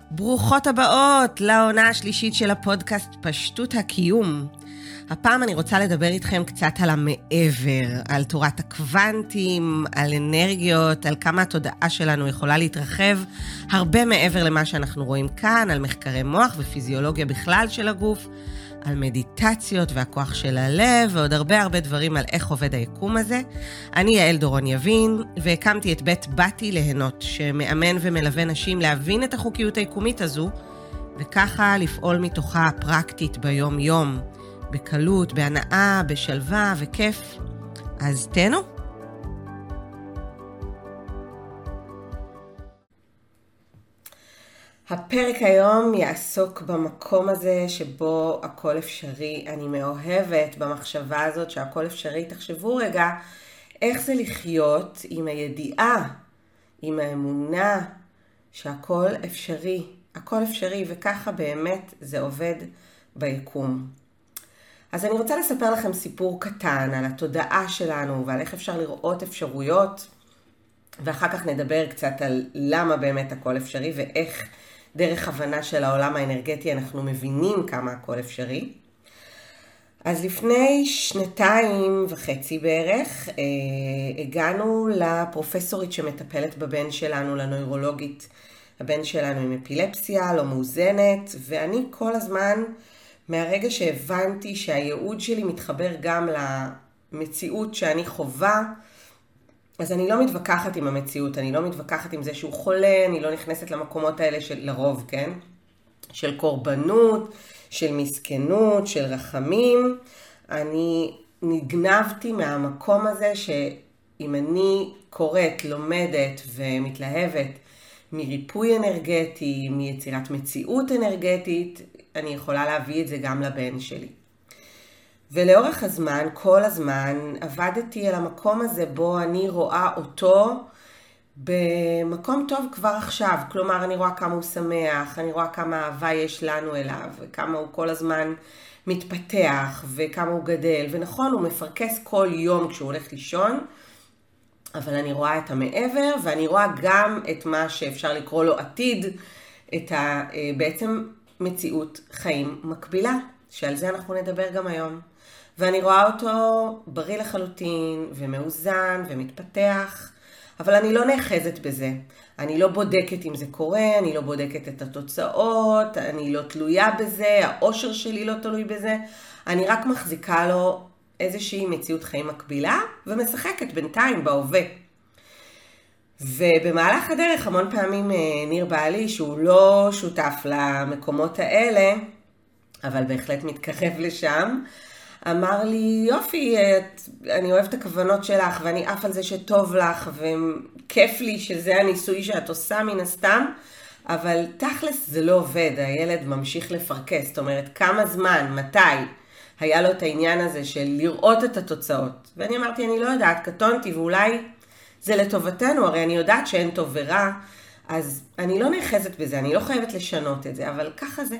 ברוכות הבאות לעונה השלישית של הפודקאסט פשטות הקיום. הפעם אני רוצה לדבר איתכם קצת על המעבר, על תורת הקוונטים, על אנרגיות, על כמה התודעה שלנו יכולה להתרחב הרבה מעבר למה שאנחנו רואים כאן, על מחקרי מוח ופיזיולוגיה בכלל של הגוף, על מדיטציות והכוח של הלב ועוד הרבה דברים על איך עובד היקום הזה. אני יעל דורון יבין, והקמתי את בית באתי ליהנות, שמאמן ומלווה נשים להבין את החוקיות היקומית הזו, וככה לפעול מתוכה פרקטית ביום יום, בקלות, בהנאה, בשלווה וכיף. אז תהנו. הפרק היום יעסוק במקום הזה שבו הכל אפשרי. אני מאוהבת במחשבה הזאת שהכל אפשרי. תחשבו רגע איך זה לחיות עם הידיעה, עם האמונה שהכל אפשרי. הכל אפשרי, וככה באמת זה עובד ביקום. אז אני רוצה לספר לכם סיפור קטן על התודעה שלנו ועל איך אפשר לראות אפשרויות, ואחר כך נדבר קצת על למה באמת הכל אפשרי ואיך דרך הבנה של העולם האנרגטי אנחנו מבינים כמה הכל אפשרי. אז לפני 2.5 בערך הגענו לפרופסורית שמטפלת בבן שלנו, לנוירולוגית. הבן שלנו עם אפילפסיה, לא מאוזנת, ואני כל הזמן, מהרגע שהבנתי שהייעוד שלי מתחבר גם למציאות שאני חווה, אז אני לא מתווכחת עם המציאות, אני לא מתווכחת עם זה שהוא חולה, אני לא נכנסת למקומות האלה לרוב, כן? של קורבנות, של מסכנות, של רחמים. אני נגנבתי מהמקום הזה שאם אני קוראת, לומדת ומתלהבת מריפוי אנרגטי, מיצירת מציאות אנרגטית, אני יכולה להביא את זה גם לבן שלי. ולאורך הזמן, כל הזמן, עבדתי על המקום הזה בו אני רואה אותו במקום טוב כבר עכשיו. כלומר, אני רואה כמה הוא שמח, אני רואה כמה אהבה יש לנו אליו, וכמה הוא כל הזמן מתפתח, וכמה הוא גדל. ונכון, הוא מפרקס כל יום כשהוא הולך לישון, אבל אני רואה את המעבר, ואני רואה גם את מה שאפשר לקרוא לו עתיד, את בעצם מציאות חיים מקבילה, שעל זה אנחנו נדבר גם היום. ואני רואה אותו בריא לחלוטין, ומאוזן, ומתפתח, אבל אני לא נאחזת בזה. אני לא בודקת אם זה קורה, אני לא בודקת את התוצאות, אני לא תלויה בזה, האושר שלי לא תלוי בזה. אני רק מחזיקה לו איזושהי מציאות חיים מקבילה, ומשחקת בינתיים בהווה. ובמהלך הדרך המון פעמים ניר בעלי, שהוא לא שותף למקומות האלה, אבל בהחלט מתקרב לשם, אמר לי, יופי, אני אוהב את הכוונות שלך, ואני אף על זה שטוב לך, וכיף לי שזה הניסוי שאת עושה מן הסתם, אבל תכלס זה לא עובד, הילד ממשיך לפרקס. זאת אומרת, כמה זמן, מתי היה לו את העניין הזה של לראות את התוצאות? ואני אמרתי, אני לא יודעת, קטונתי, ואולי זה לטובתנו, הרי אני יודעת שאין טוב ורע, אז אני לא נאחזת בזה, אני לא חייבת לשנות את זה, אבל ככה זה.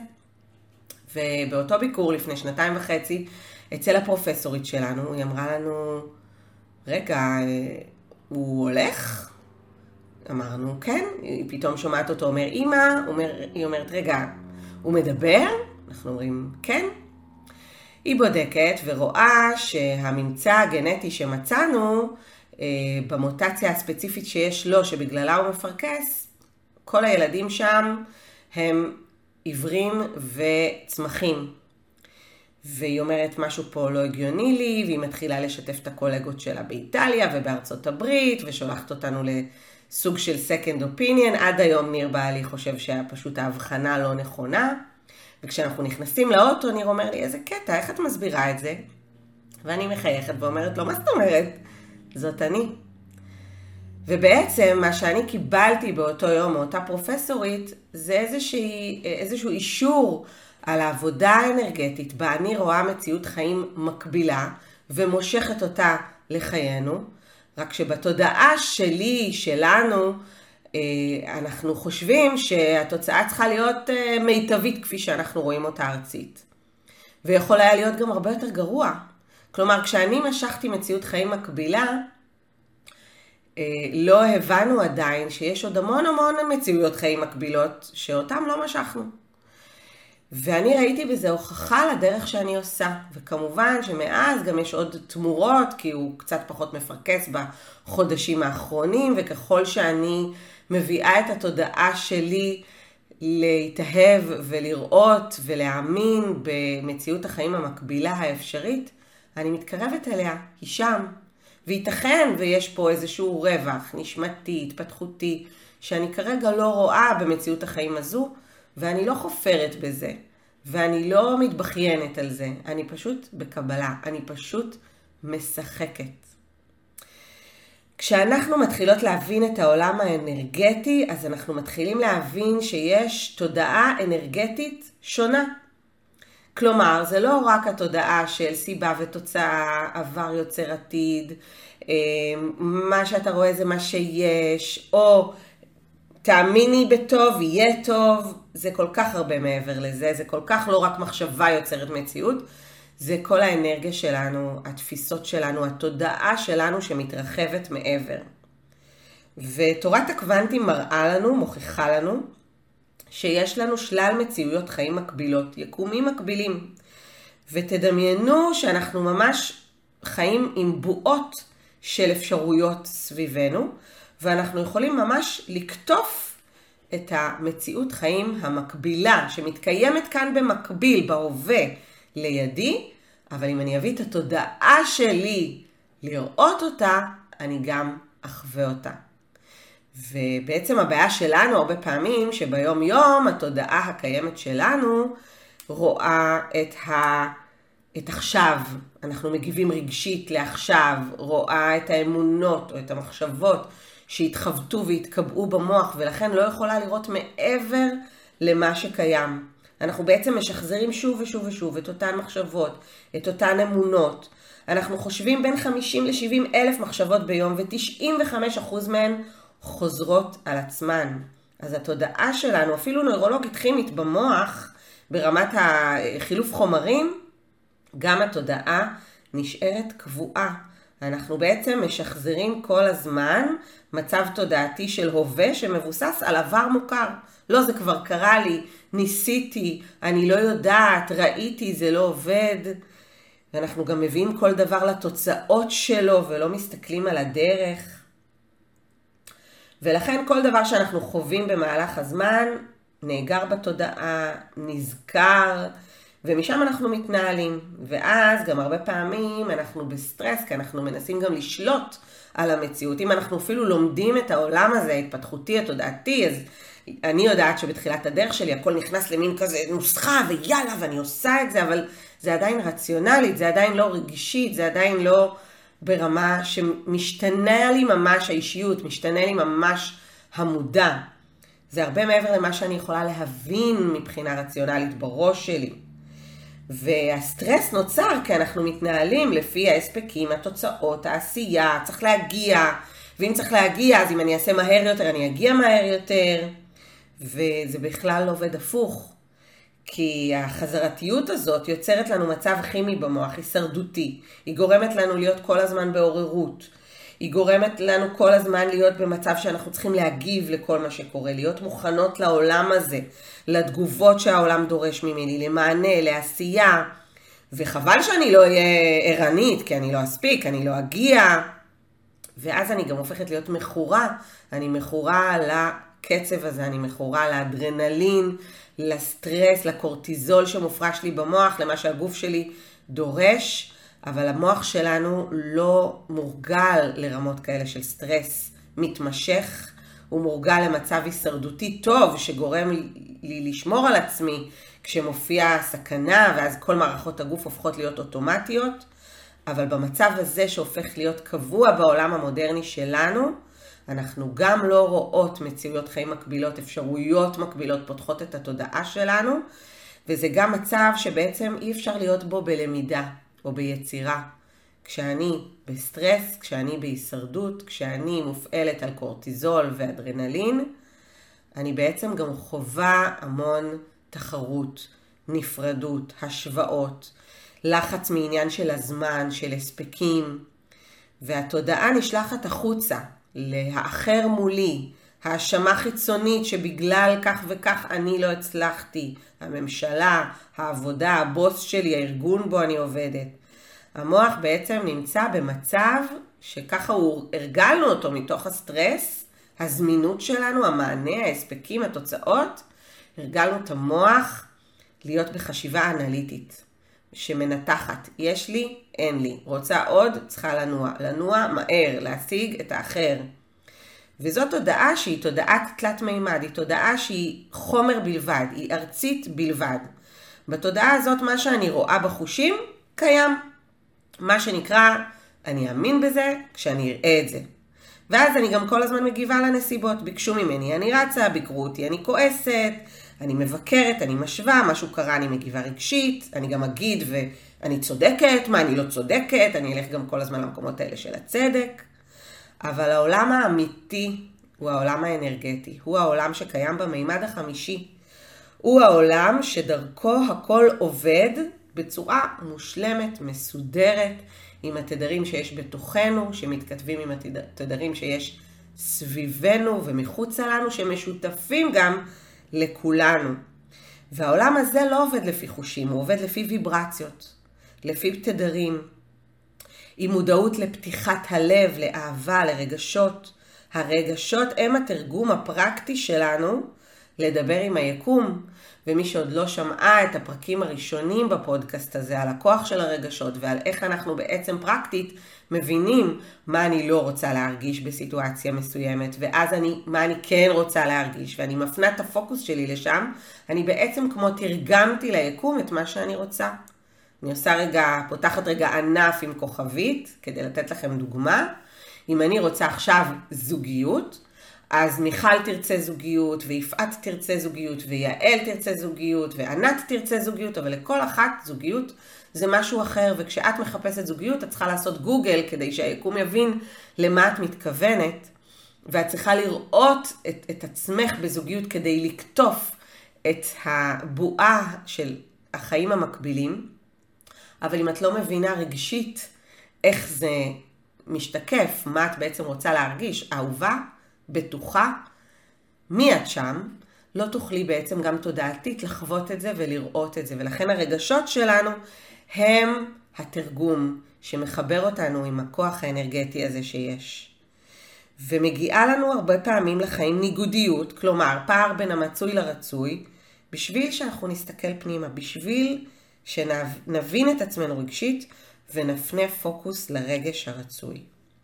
ובאותו ביקור לפני 2.5, אצל הפרופסורית שלנו, היא אמרה לנו, רגע, הוא הולך? אמרנו, כן. היא פתאום שומעת אותו, אומר, אמא, היא אומרת, רגע, הוא מדבר? אנחנו אומרים, כן. היא בודקת ורואה שהממצא הגנטי שמצאנו, במוטציה הספציפית שיש לו, שבגללה הוא מפרקס, כל הילדים שם הם עיוורים וצמחים. והיא אומרת, משהו פה לא הגיוני לי, והיא מתחילה לשתף את הקולגות שלה באיטליה ובארצות הברית, ושולחת אותנו לסוג של second opinion. עד היום ניר בעלי חושב שפשוט ההבחנה לא נכונה. וכשאנחנו נכנסים לאוטו, ניר אומר לי, איזה קטע, איך את מסבירה את זה? ואני מחייכת ואומרת לו, מה זאת אומרת? זאת אני. ובעצם מה שאני קיבלתי באותו יום מאותה פרופסורית, זה איזשהו אישור על העבודה האנרגטית, בה אני רואה מציאות חיים מקבילה, ומושכת אותה לחיינו, רק שבתודעה שלי, שלנו, אנחנו חושבים שהתוצאה צריכה להיות מיטבית כפי שאנחנו רואים אותה ארצית. ויכול היה להיות גם הרבה יותר גרוע. כלומר, כשאני משכתי מציאות חיים מקבילה, לא הבנו עדיין שיש עוד המון מציאויות חיים מקבילות שאותם לא משכנו. ואני ראיתי בזה הוכחה לדרך שאני עושה, וכמובן שמאז גם יש עוד תמורות, כי הוא קצת פחות מפרקס בחודשים האחרונים, וככל שאני מביאה את התודעה שלי להתאהב ולראות ולהאמין במציאות החיים המקבילה האפשרית, אני מתקרבת אליה, היא שם. וייתכן ויש פה איזשהו רווח נשמתי, התפתחותי, שאני כרגע לא רואה במציאות החיים הזו, ואני לא חופרת בזה, ואני לא מתבחיינת על זה, אני פשוט בקבלה, אני פשוט משחקת. כשאנחנו מתחילות להבין את העולם האנרגטי, אז אנחנו מתחילים להבין שיש תודעה אנרגטית שונה. כלומר, זה לא רק התודעה של סיבה ותוצאה, עבר יוצר עתיד, מה שאתה רואה זה מה שיש, או תאמיני בטוב, יהיה טוב, זה כל כך הרבה מעבר לזה, זה כל כך לא רק מחשבה יוצרת מציאות, זה כל האנרגיה שלנו, התפיסות שלנו, התודעה שלנו שמתרחבת מעבר. ותורת הקוונטים מראה לנו, מוכיחה לנו, שיש לנו שלל מציאויות חיים מקבילות, יקומים מקבילים. ותדמיינו שאנחנו ממש חיים עם בועות של אפשרויות סביבנו, ואנחנו יכולים ממש לקטוף את המציאות חיים המקבילה, שמתקיימת כאן במקביל, בהווה, לידי, אבל אם אני אביא את התודעה שלי לראות אותה, אני גם אחווה אותה. ובעצם הבעיה שלנו הרבה פעמים שביום יום התודעה הקיימת שלנו רואה את עכשיו, אנחנו מגיבים רגשית לעכשיו, רואה את האמונות או את המחשבות שהתחבטו והתקבעו במוח, ולכן לא יכולה לראות מעבר למה שקיים. אנחנו בעצם משחזרים שוב ושוב ושוב את אותן מחשבות, את אותן אמונות. אנחנו חושבים בין 50 ל-70 אלף מחשבות ביום, ו-95% מהן חוזרות על עצמן. אז התודעה שלנו, אפילו נוירולוגית כימית במוח, ברמת החילוף חומרים, גם התודעה נשארת קבועה. אנחנו בעצם משחזרים כל הזמן מצב תודעתי של הווה שמבוסס על עבר מוכר. לא, זה כבר קרה לי, ניסיתי, אני לא יודעת, ראיתי, זה לא עובד. ואנחנו גם מביאים כל דבר לתוצאות שלו ולא מסתכלים על הדרך. ולכן כל דבר שאנחנו חווים במהלך הזמן נאגר בתודעה, נזכר, ומשם אנחנו מתנהלים. ואז גם הרבה פעמים אנחנו בסטרס, כי אנחנו מנסים גם לשלוט על המציאות. אם אנחנו אפילו לומדים את העולם הזה, התפתחותי, התודעתי, אז אני יודעת שבתחילת הדרך שלי הכל נכנס למין כזה נוסחה ויאללה ואני עושה את זה, אבל זה עדיין רציונלית, זה עדיין לא רגישית, זה עדיין לא ברמה שמשתנה לי ממש האישיות, משתנה לי ממש המודע. זה הרבה מעבר למה שאני יכולה להבין מבחינה רציונלית בראש שלי. והסטרס נוצר כי אנחנו מתנהלים לפי ההספקים, התוצאות, העשייה, צריך להגיע, ואם צריך להגיע אז אם אני אעשה מהר יותר אני אגיע מהר יותר, וזה בכלל לא עובד הפוך. כי החזרתיות הזאת יוצרת לנו מצב כימי במוח, הישרדותי. היא גורמת לנו להיות כל הזמן בעוררות. היא גורמת לנו כל הזמן להיות במצב שאנחנו צריכים להגיב לכל מה שקורה, להיות מוכנות לעולם הזה, לתגובות שהעולם דורש ממני, למענה, לעשייה. וחבל שאני לא אהיה ערנית, כי אני לא אספיק, אני לא אגיע. ואז אני גם הופכת להיות מכורה. אני מכורה לקצב הזה, אני מכורה לאדרנלין, לסטרס, לקורטיזול שמופרש לי במוח, למה שהגוף שלי דורש, אבל המוח שלנו לא מורגל לרמות כאלה של סטרס מתמשך, הוא מורגל למצב הישרדותי טוב שגורם לי לשמור על עצמי כשמופיעה סכנה, ואז כל מערכות הגוף הופכות להיות אוטומטיות, אבל במצב הזה שהופך להיות קבוע בעולם המודרני שלנו, אנחנו גם לא רואות מציאויות חיים מקבילות, אפשרויות מקבילות פותחות את התודעה שלנו, וזה גם מצב שבעצם אי אפשר להיות בו בלמידה או ביצירה. כשאני בסטרס, כשאני בהישרדות, כשאני מופעלת על קורטיזול ואדרנלין, אני בעצם גם חווה המון תחרות, נפרדות, השוואות, לחץ מעניין של הזמן, של הספקים, והתודעה נשלחת החוצה. לאחר מולי, האשמה חיצונית שבגלל כך וכך אני לא הצלחתי, הממשלה, העבודה, הבוס שלי, הארגון בו אני עובדת. המוח בעצם נמצא במצב שככה הרגלנו אותו מתוך הסטרס, הזמינות שלנו, המענה, ההספקים, התוצאות, הרגלנו את המוח להיות בחשיבה אנליטית, שמנתחת, יש לי, אין לי, רוצה עוד, צריכה לנוע מהר, להשיג את האחר. וזאת תודעה שהיא תודעת תלת מימד, היא תודעה שהיא חומר בלבד, היא ארצית בלבד. בתודעה הזאת מה שאני רואה בחושים קיים. מה שנקרא, אני אאמין בזה כשאני אראה את זה. ואז אני גם כל הזמן מגיבה לנסיבות, ביקשו ממני, אני רצה, ביקרו אותי, אני כועסת, אני מבקרת, אני משווה, משהו קרה, אני מגיבה רגשית, אני גם אגיד ואני צודקת, מה אני לא צודקת, אני אלך גם כל הזמן למקומות האלה של הצדק. אבל העולם האמיתי הוא העולם האנרגטי, הוא העולם שקיים במימד החמישי. הוא העולם שדרכו הכל עובד בצורה מושלמת, מסודרת, עם התדרים שיש בתוכנו, שמתכתבים עם התדרים שיש סביבנו ומחוצה לנו, שמשותפים גם לכולנו. והעולם הזה לא עובד לפי חושים, הוא עובד לפי ויברציות, לפי תדרים, עם מודעות לפתיחת הלב, לאהבה, לרגשות. הרגשות הם התרגום הפרקטי שלנו לדבר עם היקום. ומי שעוד לא שמעה את הפרקים הראשונים בפודקאסט הזה על הכוח של הרגשות ועל איך אנחנו בעצם פרקטית מבינים מה אני לא רוצה להרגיש בסיטואציה מסוימת, ואז מה אני כן רוצה להרגיש, ואני מפנה את הפוקוס שלי לשם, אני בעצם כמו תרגמתי ליקום את מה שאני רוצה. אני פותחת רגע ענף עם כוכבית, כדי לתת לכם דוגמה. אם אני רוצה עכשיו זוגיות, אז מיכל תרצה זוגיות, ויפעת תרצה זוגיות, ויעל תרצה זוגיות, וענת תרצה זוגיות, אבל לכל אחת זוגיות זה משהו אחר, וכשאת מחפשת זוגיות, את צריכה לעשות גוגל, כדי שהיקום יבין למה את מתכוונת, ואת צריכה לראות את עצמך בזוגיות, כדי לקטוף את הבועה של החיים המקבילים, אבל אם את לא מבינה רגשית איך זה משתקף, מה את בעצם רוצה להרגיש, אהובה, בטוחה, מי את שם, לא תוכלי בעצם גם תודעתית לחוות את זה ולראות את זה. ולכן הרגשות שלנו הם התרגום שמחבר אותנו עם הכוח האנרגטי הזה שיש. ומגיעה לנו הרבה פעמים לחיים ניגודיות, כלומר פער בין המצוי לרצוי, בשביל שאנחנו נסתכל פנימה, בשביל שנבין את עצמנו רגשית ונפנה פוקוס לרגש הרצוי.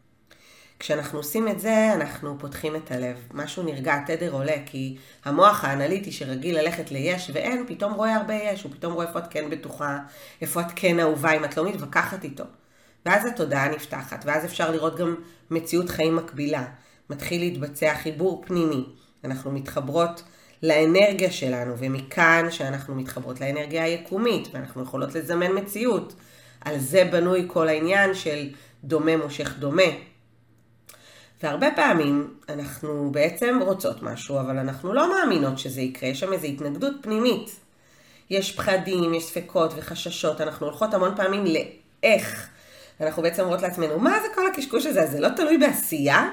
כשאנחנו עושים את זה, אנחנו פותחים את הלב. משהו נרגע, תדר עולה, כי המוח האנליטי שרגיל ללכת ליש ואין, פתאום רואה הרבה יש, הוא פתאום רואה איפה את כן בטוחה, איפה את כן אהובה, אם את לא מתווכחת איתו. ואז התודעה נפתחת, ואז אפשר לראות גם מציאות חיים מקבילה. מתחיל להתבצע חיבור פנימי. אנחנו מתחברות לאנרגיה שלנו, ומכאן שאנחנו מתחברות לאנרגיה היקומית, ואנחנו יכולות לזמן מציאות. על זה בנוי כל העניין של דומה מושך דומה. והרבה פעמים אנחנו בעצם רוצות משהו, אבל אנחנו לא מאמינות שזה יקרה, יש שם איזו התנגדות פנימית. יש פחדים, יש ספקות וחששות, אנחנו הולכות המון פעמים לאיך. אנחנו בעצם אומרות לעצמנו, מה זה כל הקשקוש הזה? זה לא תלוי בעשייה?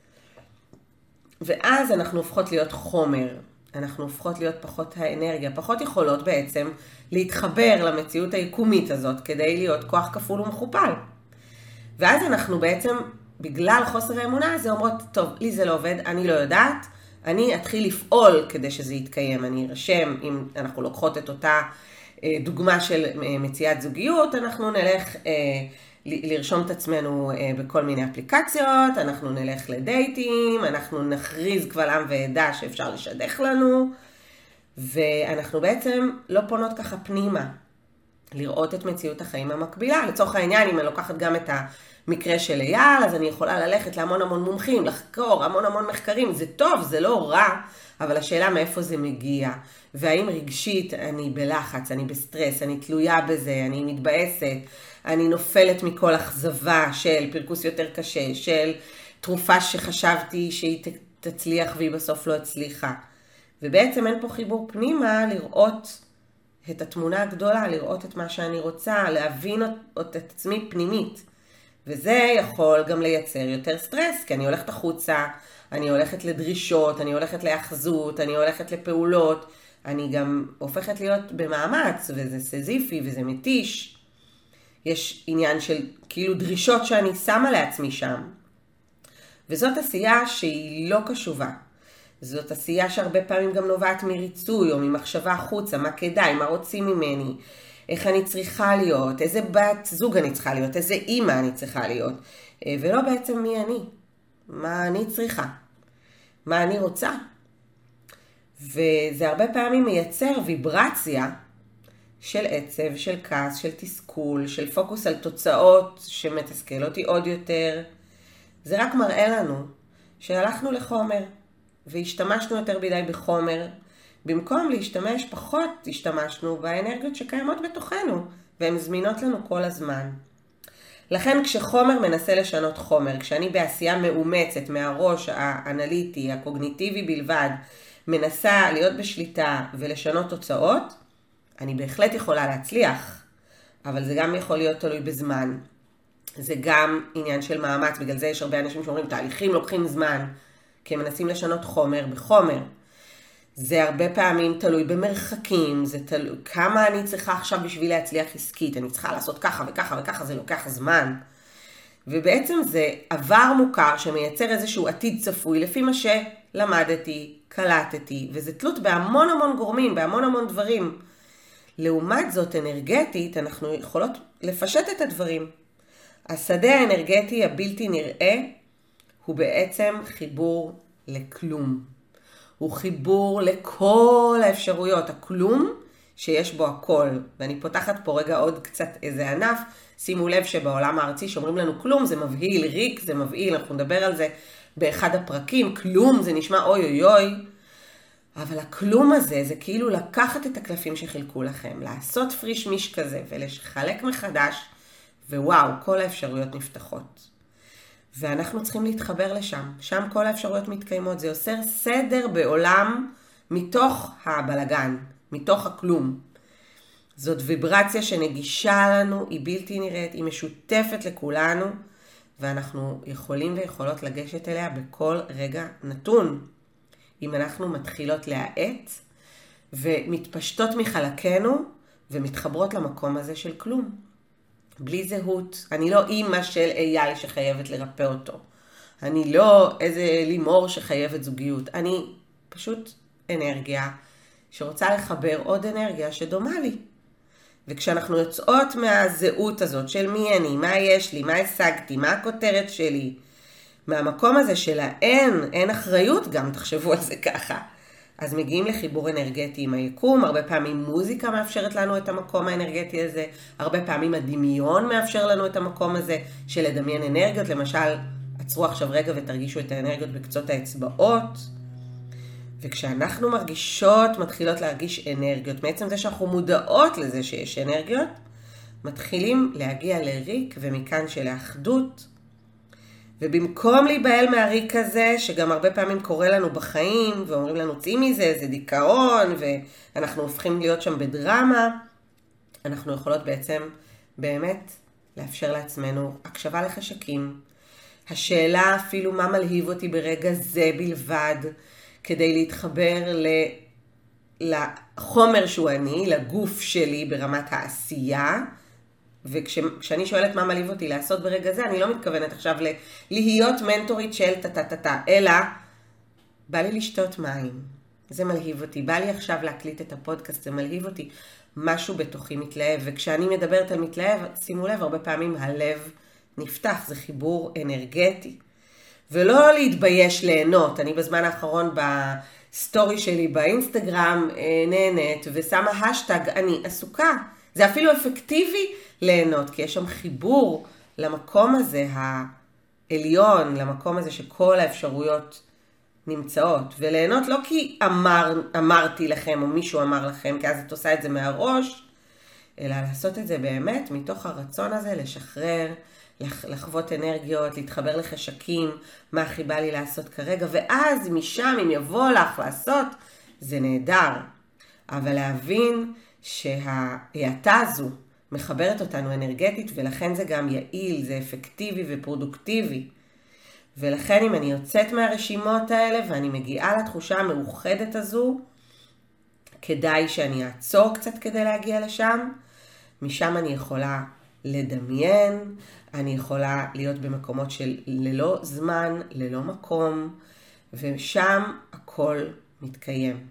ואז אנחנו הופכות להיות חומר, אנחנו הופכות להיות פחות האנרגיה, פחות יכולות בעצם להתחבר למציאות היקומית הזאת, כדי להיות כוח כפול ומכופל. ואז אנחנו בעצם בגלל חוסר האמונה הזה אומרות, טוב, לי זה לא עובד, אני לא יודעת, אני אתחיל לפעול כדי שזה יתקיים, אני ארשם, אם אנחנו לוקחות את אותה דוגמה של מציאת זוגיות, אנחנו נלך לרשום את עצמנו בכל מיני אפליקציות, אנחנו נלך לדייטים, אנחנו נכריז קבל עם ועדה שאפשר לשדך לנו, ואנחנו בעצם לא פונות ככה פנימה, לראות את מציאות החיים המקבילה. לצורך העניין, אם אני לוקחת גם את המקרה של אייל, אז אני יכולה ללכת להמון המון מומחים, לחקור המון המון מחקרים, זה טוב, זה לא רע, אבל השאלה מאיפה זה מגיע, והאם רגשית אני בלחץ, אני בסטרס, אני תלויה בזה, אני מתבאסת, אני נופלת מכל אכזבה של פרקוס יותר קשה, של תרופה שחשבתי שהיא תצליח והיא בסוף לא הצליחה. ובעצם אין פה חיבור פנימה לראות את התמונה הגדולה, לראות את מה שאני רוצה, להבין את עצמי פנימית. וזה יכול גם לייצר יותר סטרס, כי אני הולכת החוצה, אני הולכת לדרישות, אני הולכת להאחזות, אני הולכת לפעולות, אני גם הופכת להיות במאמץ, וזה סזיפי וזה מתיש. יש עניין של כאילו דרישות שאני שמה לעצמי שם. וזאת עשייה שהיא לא קשובה. זאת עשייה שהרבה פעמים גם נובעת מריצוי או ממחשבה החוצה, מה כדאי, מה רוצים ממני, איך אני צריכה להיות, איזה בת זוג אני צריכה להיות, איזה אימא אני צריכה להיות, ולא בעצם מי אני, מה אני צריכה, מה אני רוצה. וזה הרבה פעמים מייצר ויברציה של עצב, של כעס, של תסכול, של פוקוס על תוצאות שמתסכל אותי עוד יותר. זה רק מראה לנו שהלכנו לחומר והשתמשנו יותר מדי בחומר. במקום להשתמש פחות השתמשנו באנרגיות שקיימות בתוכנו והן זמינות לנו כל הזמן. לכן כשחומר מנסה לשנות חומר, כשאני בעשייה מאומצת מהראש האנליטי, הקוגניטיבי בלבד, מנסה להיות בשליטה ולשנות תוצאות, אני בהחלט יכולה להצליח, אבל זה גם יכול להיות תלוי בזמן. זה גם עניין של מאמץ, בגלל זה יש הרבה אנשים שאומרים, תהליכים לוקחים זמן, כי הם מנסים לשנות חומר בחומר. זה הרבה פעמים תלוי במרחקים, זה תלוי כמה אני צריכה עכשיו בשביל להצליח עסקית, אני צריכה לעשות ככה וככה וככה, זה לוקח זמן. ובעצם זה עבר מוכר שמייצר איזשהו עתיד צפוי, לפי מה שלמדתי, קלטתי, וזה תלות בהמון המון גורמים, בהמון המון דברים. לעומת זאת אנרגטית, אנחנו יכולות לפשט את הדברים. השדה האנרגטי הבלתי נראה הוא בעצם חיבור לכלום. הוא חיבור לכל האפשרויות, הכלום שיש בו הכל. ואני פותחת פה רגע עוד קצת איזה ענף. שימו לב שבעולם הארצי שאומרים לנו כלום, זה מבהיל, ריק זה מבהיל, אנחנו נדבר על זה באחד הפרקים. כלום זה נשמע אוי אוי אוי. אבל הכלום הזה זה כאילו לקחת את הקלפים שחילקו לכם, לעשות פריש מיש כזה ולחלק מחדש, ווואו, כל האפשרויות נפתחות. ואנחנו צריכים להתחבר לשם, שם כל האפשרויות מתקיימות, זה עושה סדר בעולם מתוך הבלגן, מתוך הכלום. זאת ויברציה שנגישה לנו, היא בלתי נראית, היא משותפת לכולנו, ואנחנו יכולים ויכולות לגשת אליה בכל רגע נתון. אם אנחנו מתחילות להאט ומתפשטות מחלקנו ומתחברות למקום הזה של כלום. בלי זהות. אני לא אימא של אייל שחייבת לרפא אותו. אני לא איזה לימור שחייבת זוגיות. אני פשוט אנרגיה שרוצה לחבר עוד אנרגיה שדומה לי. וכשאנחנו יוצאות מהזהות הזאת של מי אני, מה יש לי, מה השגתי, מה הכותרת שלי, מהמקום הזה של אין אחריות גם, תחשבו על זה ככה. אז מגיעים לחיבור אנרגטי עם היקום, הרבה פעמים מוזיקה מאפשרת לנו את המקום האנרגטי הזה, הרבה פעמים הדמיון מאפשר לנו את המקום הזה של לדמיין אנרגיות, למשל, עצרו עכשיו רגע ותרגישו את האנרגיות בקצות האצבעות, וכשאנחנו מרגישות, מתחילות להרגיש אנרגיות, בעצם זה שאנחנו מודעות לזה שיש אנרגיות, מתחילים להגיע לריק ומכאן של האחדות, ובמקום להיבהל מהריק הזה, שגם הרבה פעמים קורה לנו בחיים, ואומרים לנו צאי מזה, זה דיכאון, ואנחנו הופכים להיות שם בדרמה, אנחנו יכולות בעצם באמת לאפשר לעצמנו הקשבה לחשקים. השאלה אפילו מה מלהיב אותי ברגע זה בלבד, כדי להתחבר לחומר שהוא אני, לגוף שלי ברמת העשייה, וכשאני שואלת מה מלהיב אותי לעשות ברגע זה, אני לא מתכוונת עכשיו להיות מנטורית של טטטטה, אלא בא לי לשתות מים, זה מלהיב אותי, בא לי עכשיו להקליט את הפודקאסט, זה מלהיב אותי, משהו בתוכי מתלהב, וכשאני מדברת על מתלהב, שימו לב, הרבה פעמים הלב נפתח, זה חיבור אנרגטי, ולא להתבייש ליהנות. אני בזמן האחרון בסטורי שלי באינסטגרם נהנית ושמה השטג אני עסוקה, זה אפילו אפקטיבי ליהנות, כי יש שם חיבור למקום הזה העליון, למקום הזה שכל האפשרויות נמצאות. וליהנות לא כי אמרתי לכם או מישהו אמר לכם, כי אז את עושה את זה מהראש, אלא לעשות את זה באמת מתוך הרצון הזה לשחרר, לחוות אנרגיות, להתחבר לחשקים, מה הכי בא לי לעשות כרגע, ואז משם אם יבוא לך לעשות, זה נהדר. אבל להבין שההאטה הזו מחברת אותנו אנרגטית, ולכן זה גם יעיל, זה אפקטיבי ופרודוקטיבי. ולכן אם אני יוצאת מהרשימות האלה ואני מגיעה לתחושה המאוחדת הזו, כדאי שאני אעצור קצת כדי להגיע לשם. משם אני יכולה לדמיין, אני יכולה להיות במקומות של ללא זמן, ללא מקום, ושם הכל מתקיים.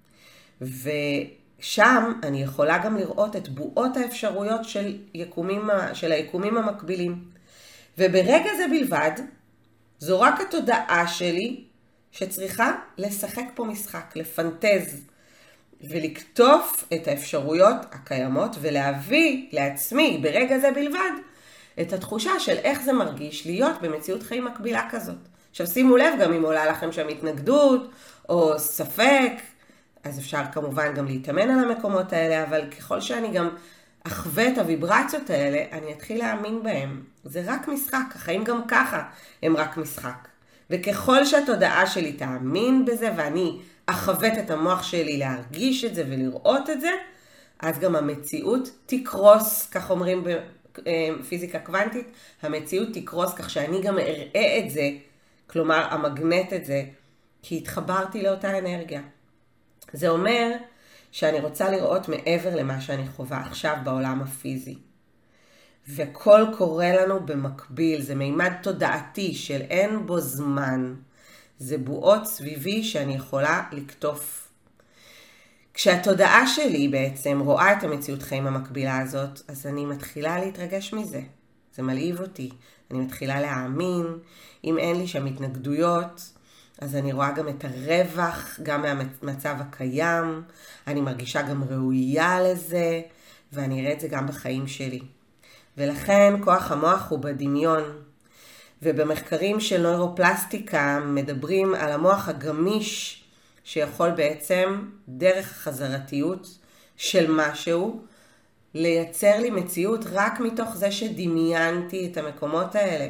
ושם אני יכולה גם לראות את בועות האפשרויות של היקומים המקבילים. וברגע זה בלבד, זו רק התודעה שלי שצריכה לשחק פה משחק, לפנטז ולקטוף את האפשרויות הקיימות ולהביא לעצמי ברגע זה בלבד את התחושה של איך זה מרגיש להיות במציאות חיים מקבילה כזאת. עכשיו שימו לב, גם אם עולה לכם שם התנגדות או ספק, אז אפשר כמובן גם להתאמן על המקומות האלה, אבל ככל שאני גם אחווה את הוויברציות האלה, אני אתחיל להאמין בהם. זה רק משחק, החיים גם ככה הם רק משחק. וככל שהתודעה שלי תאמין בזה, ואני אחוות את המוח שלי להרגיש את זה ולראות את זה, אז גם המציאות תקרוס, כך אומרים בפיזיקה קוונטית, המציאות תקרוס כך שאני גם אראה את זה, כלומר המגנט את זה, כי התחברתי לאותה אנרגיה. זה אומר שאני רוצה לראות מעבר למה שאני חווה עכשיו בעולם הפיזי. וכל קורה לנו במקביל, זה מימד תודעתי של אין בו זמן. זה בועות סביבי שאני יכולה לקטוף. כשהתודעה שלי בעצם רואה את המציאות חיים המקבילה הזאת, אז אני מתחילה להתרגש מזה. זה מלהיב אותי. אני מתחילה להאמין. אם אין לי שם התנגדויות, אז אני רואה גם את הרווח, גם מהמצב הקיים. אני מרגישה גם ראויה לזה, ואני אראה את זה גם בחיים שלי. ולכן כוח המוח הוא בדמיון. ובמחקרים של נוירופלסטיקה מדברים על המוח הגמיש, שיכול בעצם דרך החזרתיות של משהו, לייצר לי מציאות רק מתוך זה שדמיינתי את המקומות האלה.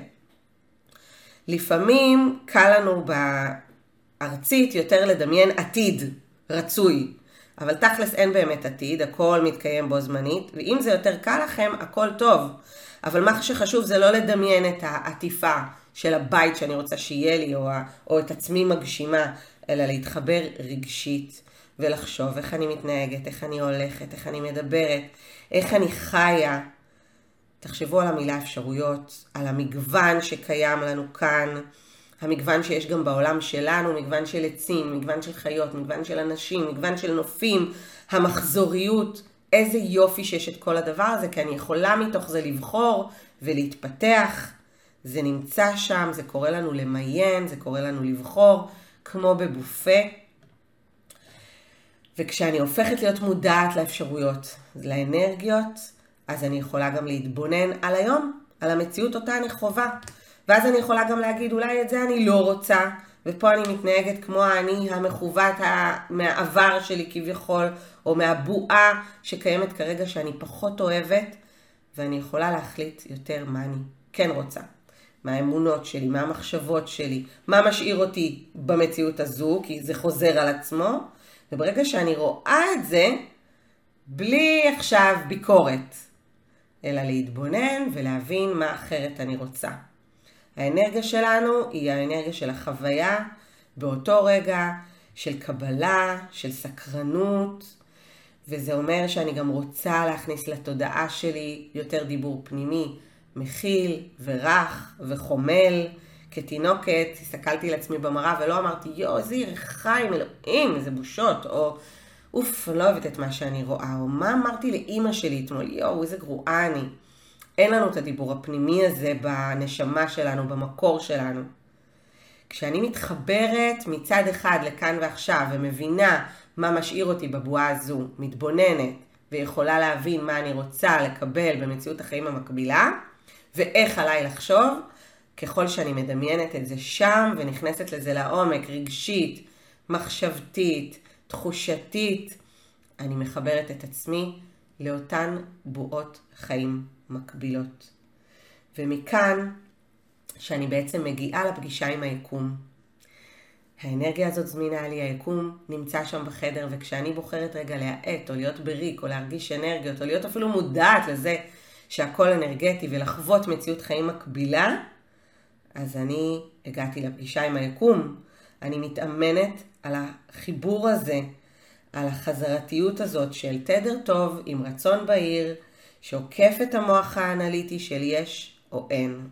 לפעמים קל לנו בארצית יותר לדמיין עתיד רצוי, אבל תכלס אין באמת עתיד, הכל מתקיים בו זמנית, ואם זה יותר קל לכם, הכל טוב. אבל מה שחשוב זה לא לדמיין את העטיפה של הבית שאני רוצה שיהיה לי, או את עצמי מגשימה, אלא להתחבר רגשית ולחשוב איך אני מתנהגת, איך אני הולכת, איך אני מדברת, איך אני חיה. תחשבו על המילה אפשרויות, על המגוון שקיים לנו כאן, המגוון שיש גם בעולם שלנו, מגוון של עצים, מגוון של חיות, מגוון של אנשים, מגוון של נופים, המחזוריות, איזה יופי שיש את כל הדבר הזה, כי אני יכולה מתוך זה לבחור ולהתפתח. זה נמצא שם, זה קורה לנו למיין, זה קורה לנו לבחור, כמו בבופה. וכשאני הופכת להיות מודעת לאפשרויות, לאנרגיות, אז אני יכולה גם להתבונן על היום, על המציאות אותה אני חובה. ואז אני יכולה גם להגיד, אולי את זה אני לא רוצה, ופה אני מתנהגת כמו אני המכוות מהעבר שלי כביכול, או מהבועה שקיימת כרגע שאני פחות אוהבת, ואני יכולה להחליט יותר מה אני כן רוצה. מה האמונות שלי, מה המחשבות שלי, מה משאיר אותי במציאות הזו, כי זה חוזר על עצמו. וברגע שאני רואה את זה, בלי עכשיו ביקורת, אלא להתבונן ולהבין מה אחרת אני רוצה. האנרגיה שלנו היא האנרגיה של החוויה באותו רגע, של קבלה, של סקרנות, וזה אומר שאני גם רוצה להכניס לתודעה שלי יותר דיבור פנימי, מכיל ורך וחומל. כתינוקת הסתכלתי לעצמי במראה ולא אמרתי, איזה ירחיים, אלוהים, איזה בושות, או אוף, אני לא אוהבת את מה שאני רואה, או מה אמרתי לאמא שלי אתמול, איזה גרועה אני. אין לנו את הדיבור הפנימי הזה בנשמה שלנו, במקור שלנו. כשאני מתחברת מצד אחד לכאן ועכשיו ומבינה מה משאיר אותי בבועה הזו, מתבוננת ויכולה להבין מה אני רוצה לקבל במציאות החיים המקבילה, ואיך עליי לחשוב, ככל שאני מדמיינת את זה שם ונכנסת לזה לעומק, רגשית, מחשבתית, תחושתית, אני מחברת את עצמי לאותן בועות חיים מקבילות. ומכאן שאני בעצם מגיעה לפגישה עם היקום. האנרגיה הזאת זמינה לי, היקום נמצא שם בחדר, וכשאני בוחרת רגע להעט או להיות בריק או להרגיש אנרגיות או להיות אפילו מודעת לזה שהכל אנרגטי ולחוות מציאות חיים מקבילה, אז אני הגעתי לפגישה עם היקום. אני מתאמנת על החיבור הזה, על החזרתיות הזאת של תדר טוב עם רצון בהיר, שעוקף את המוח האנליטי של יש או אין.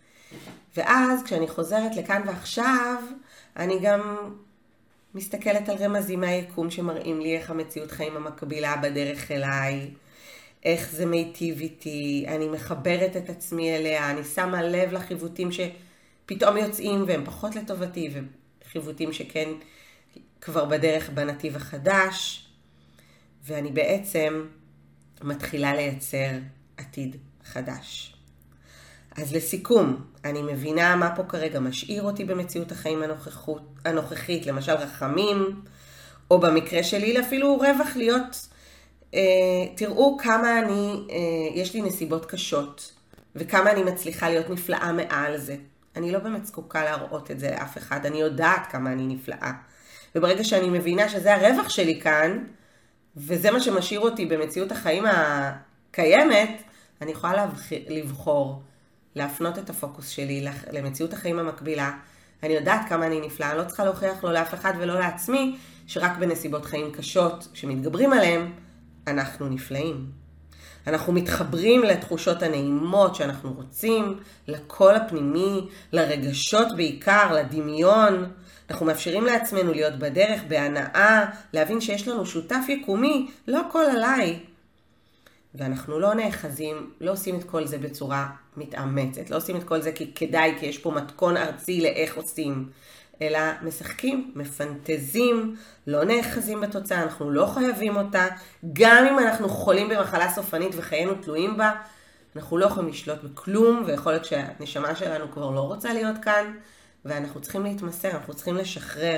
ואז כשאני חוזרת לכאן ועכשיו, אני גם מסתכלת על רמזים מהיקום שמראים לי איך המציאות חיים המקבילה בדרך אליי, איך זה מיטיב איתי, אני מחברת את עצמי אליה, אני שמה לב לחיוותים שפתאום יוצאים והם פחות לטובתי, וחיוותים שכן כבר בדרך בנתיב החדש, ואני בעצם מתחילה לייצר עתיד חדש. אז לסיכום, אני מבינה מה פה כרגע משאיר אותי במציאות החיים הנוכחית, למשל רחמים, או במקרה שלי אפילו רווח להיות, תראו כמה יש לי נסיבות קשות, וכמה אני מצליחה להיות נפלאה מעל זה. אני לא באמת זקוקה להראות את זה לאף אחד, אני יודעת כמה אני נפלאה. וברגע שאני מבינה שזה הרווח שלי כאן, וזה מה שמשאיר אותי במציאות החיים הקיימת, אני יכולה לבחור, להפנות את הפוקוס שלי למציאות החיים המקבילה. אני יודעת כמה אני נפלאה, אני לא צריכה להוכיח לא לאף אחד ולא לעצמי, שרק בנסיבות חיים קשות שמתגברים עליהם, אנחנו נפלאים. אנחנו מתחברים לתחושות הנעימות שאנחנו רוצים, לקול הפנימי, לרגשות בעיקר, לדמיון. אנחנו מאפשרים לעצמנו להיות בדרך, בהנאה, להבין שיש לנו שותף יקומי, לא הכל עליי. ואנחנו לא נאחזים, לא עושים את כל זה בצורה מתאמצת, לא עושים את כל זה כי כדאי, כי יש פה מתכון ארצי לאיך עושים, אלא משחקים, מפנטזים, לא נאחזים בתוצאה, אנחנו לא חייבים אותה, גם אם אנחנו חולים במחלה סופנית וחיינו תלויים בה, אנחנו לא יכולים לשלוט בכלום, ויכול להיות שהנשמה שלנו כבר לא רוצה להיות כאן, ואנחנו צריכים להתמסר, אנחנו צריכים לשחרר.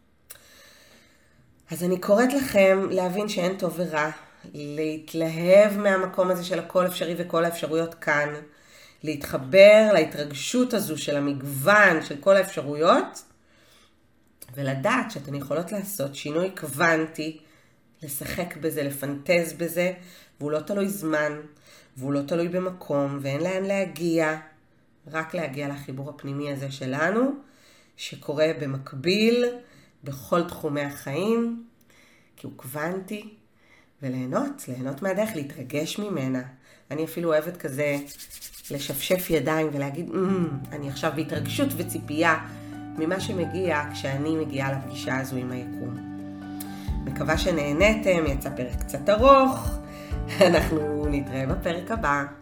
אז אני קוראת לכם להבין שאין טוב ורע, להתלהב מהמקום הזה של הכל אפשרי וכל האפשרויות כאן, להתחבר להתרגשות הזו של המגוון של כל האפשרויות, ולדעת שאתן יכולות לעשות שינוי קוונטי, לשחק בזה, לפנטז בזה, והוא לא תלוי זמן, והוא לא תלוי במקום, ואין לאן להגיע, רק להגיע לחיבור הפנימי הזה שלנו, שקורה במקביל בכל תחומי החיים, כי הוא קוונטי, וליהנות מהדרך, להתרגש ממנה. אני אפילו אוהבת כזה לשפשף ידיים ולהגיד, אני עכשיו בהתרגשות וציפייה ממה שמגיע כשאני מגיעה לפגישה הזו עם היקום. מקווה שנהנתם, יצא פרק קצת ארוך, אנחנו נתראה בפרק הבא.